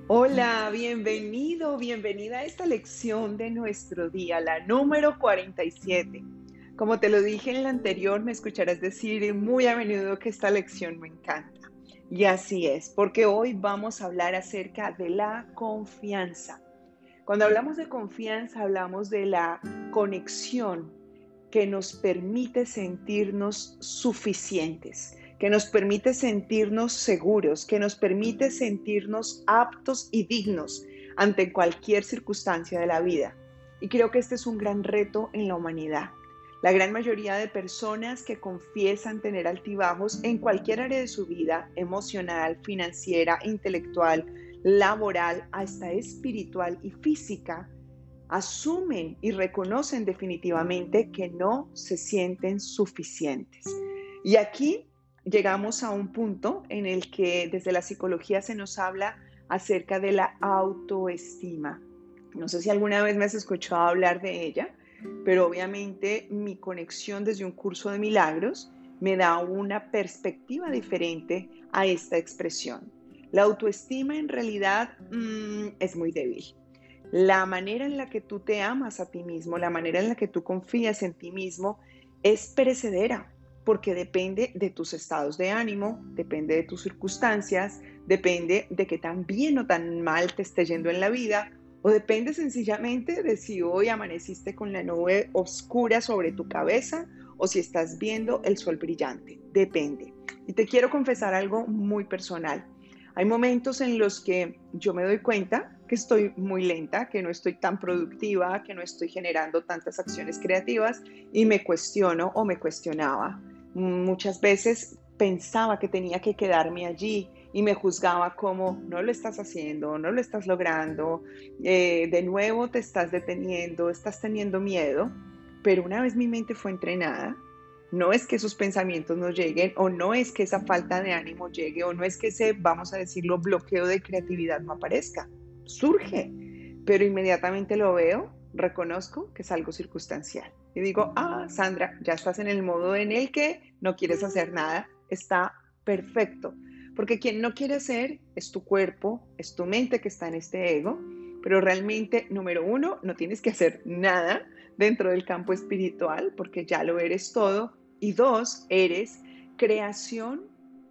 Hola, bienvenido, bienvenida a esta lección de nuestro día, la número 47. Como te lo dije en la anterior, me escucharás decir muy a menudo que esta lección me encanta. Y así es, porque hoy vamos a hablar acerca de la confianza. Cuando hablamos de confianza, hablamos de la conexión que nos permite sentirnos suficientes, que nos permite sentirnos seguros, que nos permite sentirnos aptos y dignos ante cualquier circunstancia de la vida. Y creo que este es un gran reto en la humanidad. La gran mayoría de personas que confiesan tener altibajos en cualquier área de su vida, emocional, financiera, intelectual, laboral, hasta espiritual y física, asumen y reconocen definitivamente que no se sienten suficientes. Y aquí llegamos a un punto en el que desde la psicología se nos habla acerca de la autoestima. No sé si alguna vez me has escuchado hablar de ella, pero obviamente mi conexión desde un curso de milagros me da una perspectiva diferente a esta expresión. La autoestima en realidad es muy débil. La manera en la que tú te amas a ti mismo, la manera en la que tú confías en ti mismo es perecedera, porque depende de tus estados de ánimo, depende de tus circunstancias, depende de que tan bien o tan mal te esté yendo en la vida, o depende sencillamente de si hoy amaneciste con la nube oscura sobre tu cabeza o si estás viendo el sol brillante. Depende. Y te quiero confesar algo muy personal. Hay momentos en los que yo me doy cuenta que estoy muy lenta, que no estoy tan productiva, que no estoy generando tantas acciones creativas y me cuestiono o me cuestionaba. Muchas veces pensaba que tenía que quedarme allí y me juzgaba como no lo estás haciendo, no lo estás logrando, de nuevo te estás deteniendo, estás teniendo miedo, pero una vez mi mente fue entrenada, no es que esos pensamientos no lleguen o no es que esa falta de ánimo llegue o no es que ese, vamos a decirlo, bloqueo de creatividad no aparezca. Surge, pero inmediatamente lo veo, reconozco que es algo circunstancial. Y digo, Sandra, ya estás en el modo en el que no quieres hacer nada, está perfecto. Porque quien no quiere hacer es tu cuerpo, es tu mente que está en este ego, pero realmente, número uno, no tienes que hacer nada dentro del campo espiritual porque ya lo eres todo. Y dos, eres creación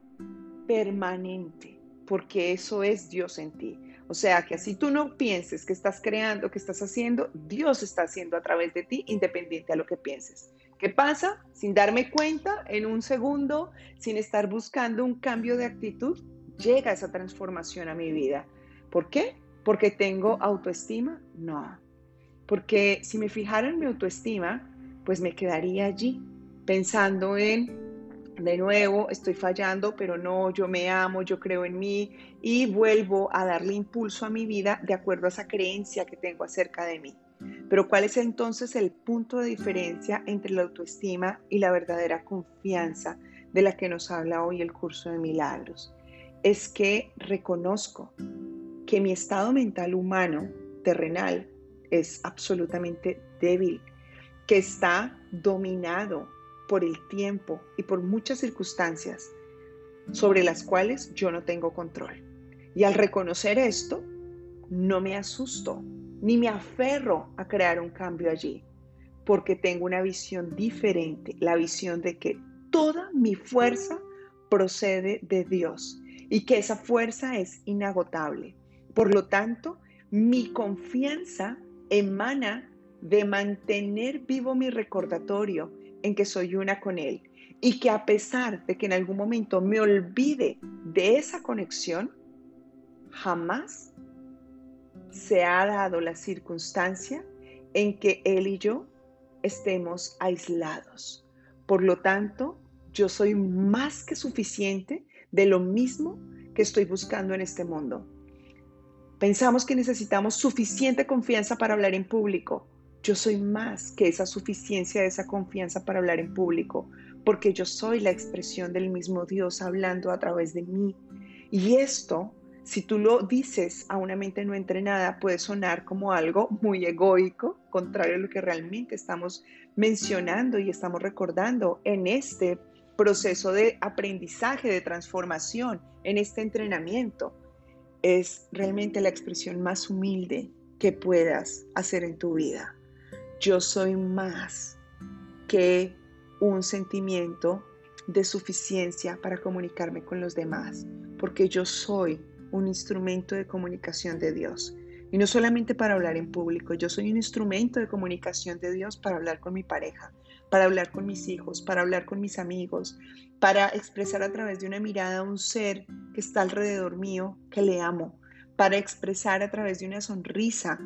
permanente, porque eso es Dios en ti. O sea, que así tú no pienses que estás creando, que estás haciendo, Dios está haciendo a través de ti, independiente a lo que pienses. ¿Qué pasa? Sin darme cuenta, en un segundo, sin estar buscando un cambio de actitud, llega esa transformación a mi vida. ¿Por qué? ¿Porque tengo autoestima? No. Porque si me fijara en mi autoestima, pues me quedaría allí, pensando en de nuevo, estoy fallando, pero no, yo me amo, yo creo en mí y vuelvo a darle impulso a mi vida de acuerdo a esa creencia que tengo acerca de mí. Pero ¿cuál es entonces el punto de diferencia entre la autoestima y la verdadera confianza de la que nos habla hoy el curso de milagros? Es que reconozco que mi estado mental humano, terrenal, es absolutamente débil, que está dominado por el tiempo y por muchas circunstancias sobre las cuales yo no tengo control. Y al reconocer esto, no me asusto ni me aferro a crear un cambio allí, porque tengo una visión diferente, la visión de que toda mi fuerza procede de Dios y que esa fuerza es inagotable. Por lo tanto, mi confianza emana de mantener vivo mi recordatorio en que soy una con Él y que a pesar de que en algún momento me olvide de esa conexión, jamás se ha dado la circunstancia en que Él y yo estemos aislados. Por lo tanto, yo soy más que suficiente de lo mismo que estoy buscando en este mundo. Pensamos que necesitamos suficiente confianza para hablar en público. Yo soy más que esa suficiencia de esa confianza para hablar en público, porque yo soy la expresión del mismo Dios hablando a través de mí. Y esto, si tú lo dices a una mente no entrenada, puede sonar como algo muy egoico, contrario a lo que realmente estamos mencionando y estamos recordando en este proceso de aprendizaje, de transformación, en este entrenamiento. es realmente la expresión más humilde que puedas hacer en tu vida. Yo soy más que un sentimiento de suficiencia para comunicarme con los demás, porque yo soy un instrumento de comunicación de Dios. Y no solamente para hablar en público, yo soy un instrumento de comunicación de Dios para hablar con mi pareja, para hablar con mis hijos, para hablar con mis amigos, para expresar a través de una mirada a un ser que está alrededor mío, que le amo, para expresar a través de una sonrisa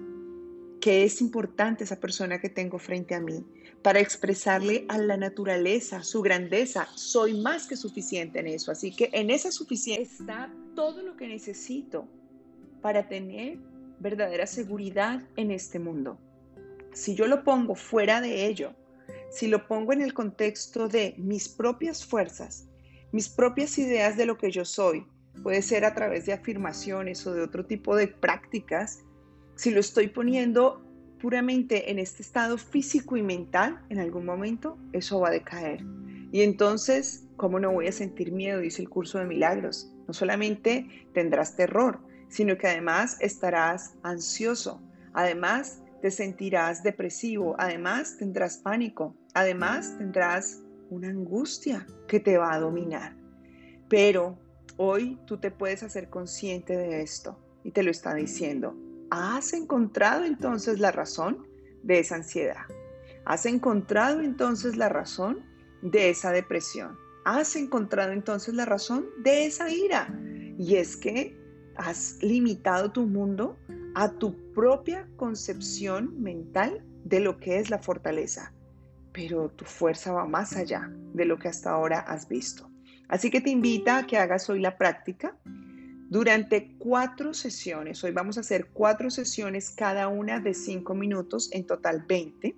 que es importante esa persona que tengo frente a mí, para expresarle a la naturaleza su grandeza. Soy más que suficiente en eso, así que en esa suficiencia está todo lo que necesito para tener verdadera seguridad en este mundo. Si yo lo pongo fuera de ello, si lo pongo en el contexto de mis propias fuerzas, mis propias ideas de lo que yo soy, puede ser a través de afirmaciones o de otro tipo de prácticas, si lo estoy poniendo puramente en este estado físico y mental, en algún momento eso va a decaer. Y entonces, ¿cómo no voy a sentir miedo? Dice el curso de milagros. No solamente tendrás terror, sino que además estarás ansioso. Además, te sentirás depresivo. Además, tendrás pánico. Además, tendrás una angustia que te va a dominar. Pero hoy tú te puedes hacer consciente de esto y te lo está diciendo. ¿Has encontrado entonces la razón de esa ansiedad? ¿Has encontrado entonces la razón de esa depresión? ¿Has encontrado entonces la razón de esa ira? Y es que has limitado tu mundo a tu propia concepción mental de lo que es la fortaleza. Pero tu fuerza va más allá de lo que hasta ahora has visto. Así que te invita a que hagas hoy la práctica durante 4 sesiones. Hoy vamos a hacer 4 sesiones, cada una de 5 minutos, en total 20.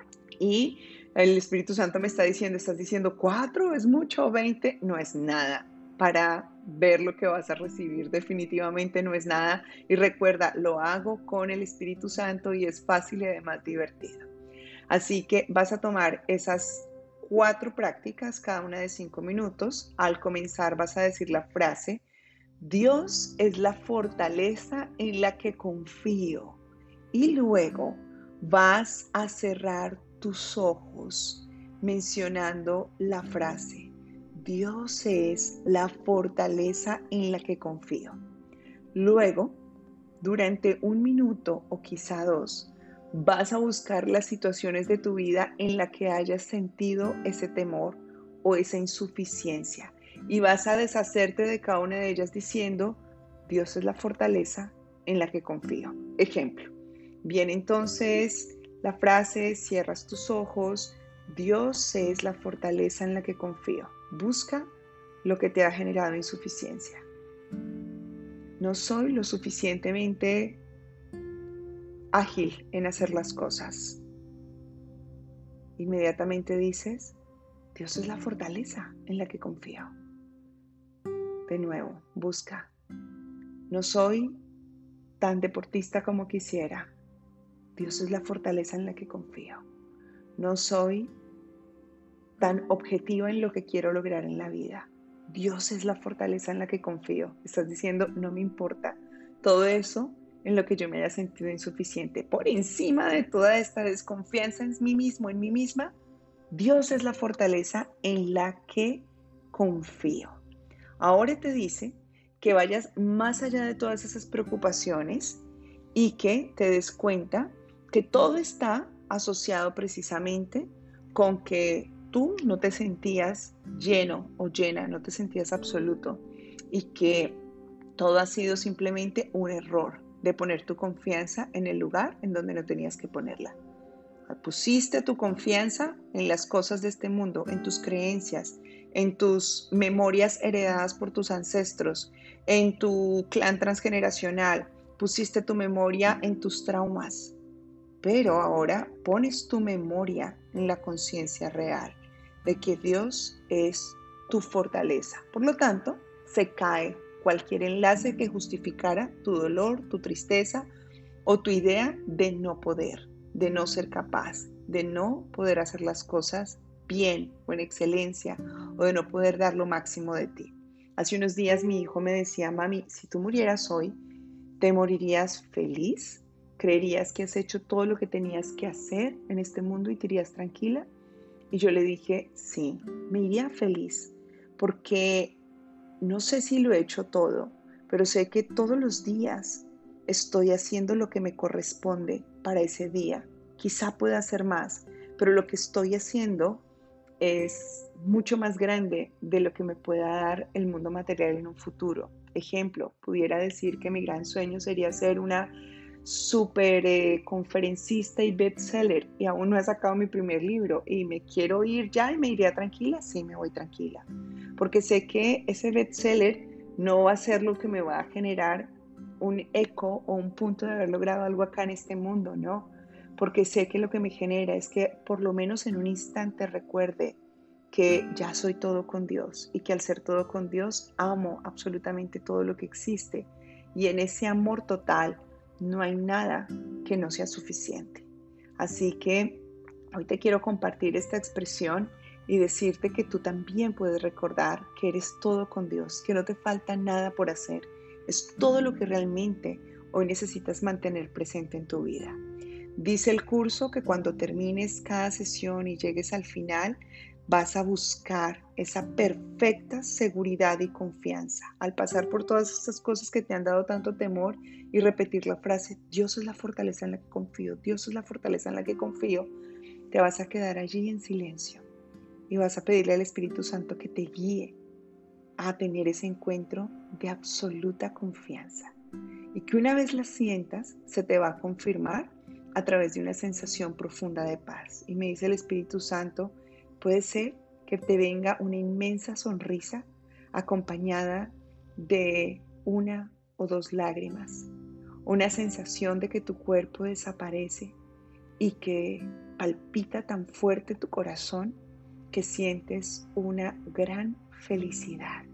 Y el Espíritu Santo me está diciendo, estás diciendo 4, ¿es mucho? 20, no es nada. Para ver lo que vas a recibir, definitivamente no es nada. Y recuerda, lo hago con el Espíritu Santo y es fácil y además divertido. Así que vas a tomar esas 4 prácticas, cada una de 5 minutos. Al comenzar vas a decir la frase: Dios es la fortaleza en la que confío. Y luego vas a cerrar tus ojos mencionando la frase: Dios es la fortaleza en la que confío. Luego, durante 1 minuto o quizá 2, vas a buscar las situaciones de tu vida en la que hayas sentido ese temor o esa insuficiencia y vas a deshacerte de cada una de ellas diciendo: Dios es la fortaleza en la que confío. Ejemplo, viene entonces la frase, cierras tus ojos: Dios es la fortaleza en la que confío. Busca lo que te ha generado insuficiencia. No soy lo suficientemente ágil en hacer las cosas. Inmediatamente dices: Dios es la fortaleza en la que confío. De nuevo, busca. No soy tan deportista como quisiera. Dios es la fortaleza en la que confío. No soy tan objetiva en lo que quiero lograr en la vida. Dios es la fortaleza en la que confío. Estás diciendo: no me importa todo eso en lo que yo me haya sentido insuficiente. Por encima de toda esta desconfianza en mí mismo, en mí misma, Dios es la fortaleza en la que confío. Ahora te dice que vayas más allá de todas esas preocupaciones y que te des cuenta que todo está asociado precisamente con que tú no te sentías lleno o llena, no te sentías absoluto y que todo ha sido simplemente un error de poner tu confianza en el lugar en donde no tenías que ponerla. Pusiste tu confianza en las cosas de este mundo, en tus creencias, en tus memorias heredadas por tus ancestros, en tu clan transgeneracional, pusiste tu memoria en tus traumas, pero ahora pones tu memoria en la conciencia real de que Dios es tu fortaleza. Por lo tanto, se cae cualquier enlace que justificara tu dolor, tu tristeza o tu idea de no poder, de no ser capaz, de no poder hacer las cosas bien o en excelencia o de no poder dar lo máximo de ti. Hace unos días mi hijo me decía, mami, si tú murieras hoy, ¿te morirías feliz? ¿Creerías que has hecho todo lo que tenías que hacer en este mundo y te irías tranquila? Y yo le dije, sí, me iría feliz, porque no sé si lo he hecho todo, pero sé que todos los días estoy haciendo lo que me corresponde para ese día. Quizá pueda hacer más, pero lo que estoy haciendo es mucho más grande de lo que me pueda dar el mundo material en un futuro. Ejemplo, pudiera decir que mi gran sueño sería ser una super conferencista y bestseller y aún no he sacado mi primer libro y me quiero ir ya y me iría tranquila, sí me voy tranquila, porque sé que ese bestseller no va a ser lo que me va a generar un eco o un punto de haber logrado algo acá en este mundo, ¿no? Porque sé que lo que me genera es que por lo menos en un instante recuerde que ya soy todo con Dios y que al ser todo con Dios amo absolutamente todo lo que existe y en ese amor total no hay nada que no sea suficiente. Así que hoy te quiero compartir esta expresión y decirte que tú también puedes recordar que eres todo con Dios, que no te falta nada por hacer. Es todo lo que realmente hoy necesitas mantener presente en tu vida. Dice el curso que cuando termines cada sesión y llegues al final, vas a buscar esa perfecta seguridad y confianza. Al pasar por todas estas cosas que te han dado tanto temor y repetir la frase, Dios es la fortaleza en la que confío, Dios es la fortaleza en la que confío, te vas a quedar allí en silencio y vas a pedirle al Espíritu Santo que te guíe a tener ese encuentro de absoluta confianza y que una vez la sientas, se te va a confirmar a través de una sensación profunda de paz. Y me dice el Espíritu Santo, puede ser que te venga una inmensa sonrisa acompañada de una o dos lágrimas, una sensación de que tu cuerpo desaparece y que palpita tan fuerte tu corazón que sientes una gran felicidad.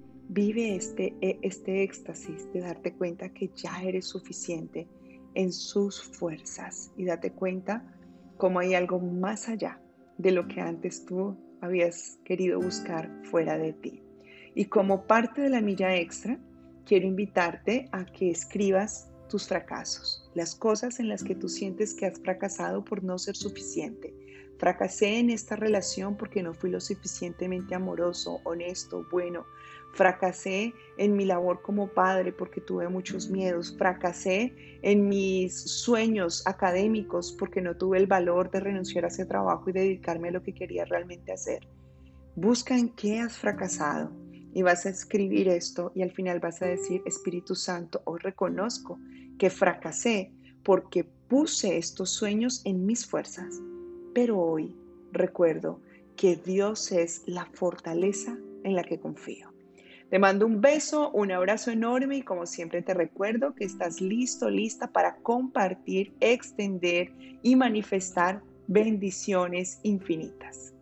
Vive este éxtasis de darte cuenta que ya eres suficiente en sus fuerzas y date cuenta cómo hay algo más allá de lo que antes tú habías querido buscar fuera de ti. Y como parte de la milla extra, quiero invitarte a que escribas tus fracasos, las cosas en las que tú sientes que has fracasado por no ser suficiente. Fracasé en esta relación porque no fui lo suficientemente amoroso, honesto, bueno. Fracasé en mi labor como padre porque tuve muchos miedos. Fracasé en mis sueños académicos porque no tuve el valor de renunciar a ese trabajo y dedicarme a lo que quería realmente hacer. Busca en qué has fracasado y vas a escribir esto y al final vas a decir, Espíritu Santo, hoy reconozco que fracasé porque puse estos sueños en mis fuerzas, pero hoy recuerdo que Dios es la fortaleza en la que confío. Te mando un beso, un abrazo enorme y como siempre te recuerdo que estás listo, lista para compartir, extender y manifestar bendiciones infinitas.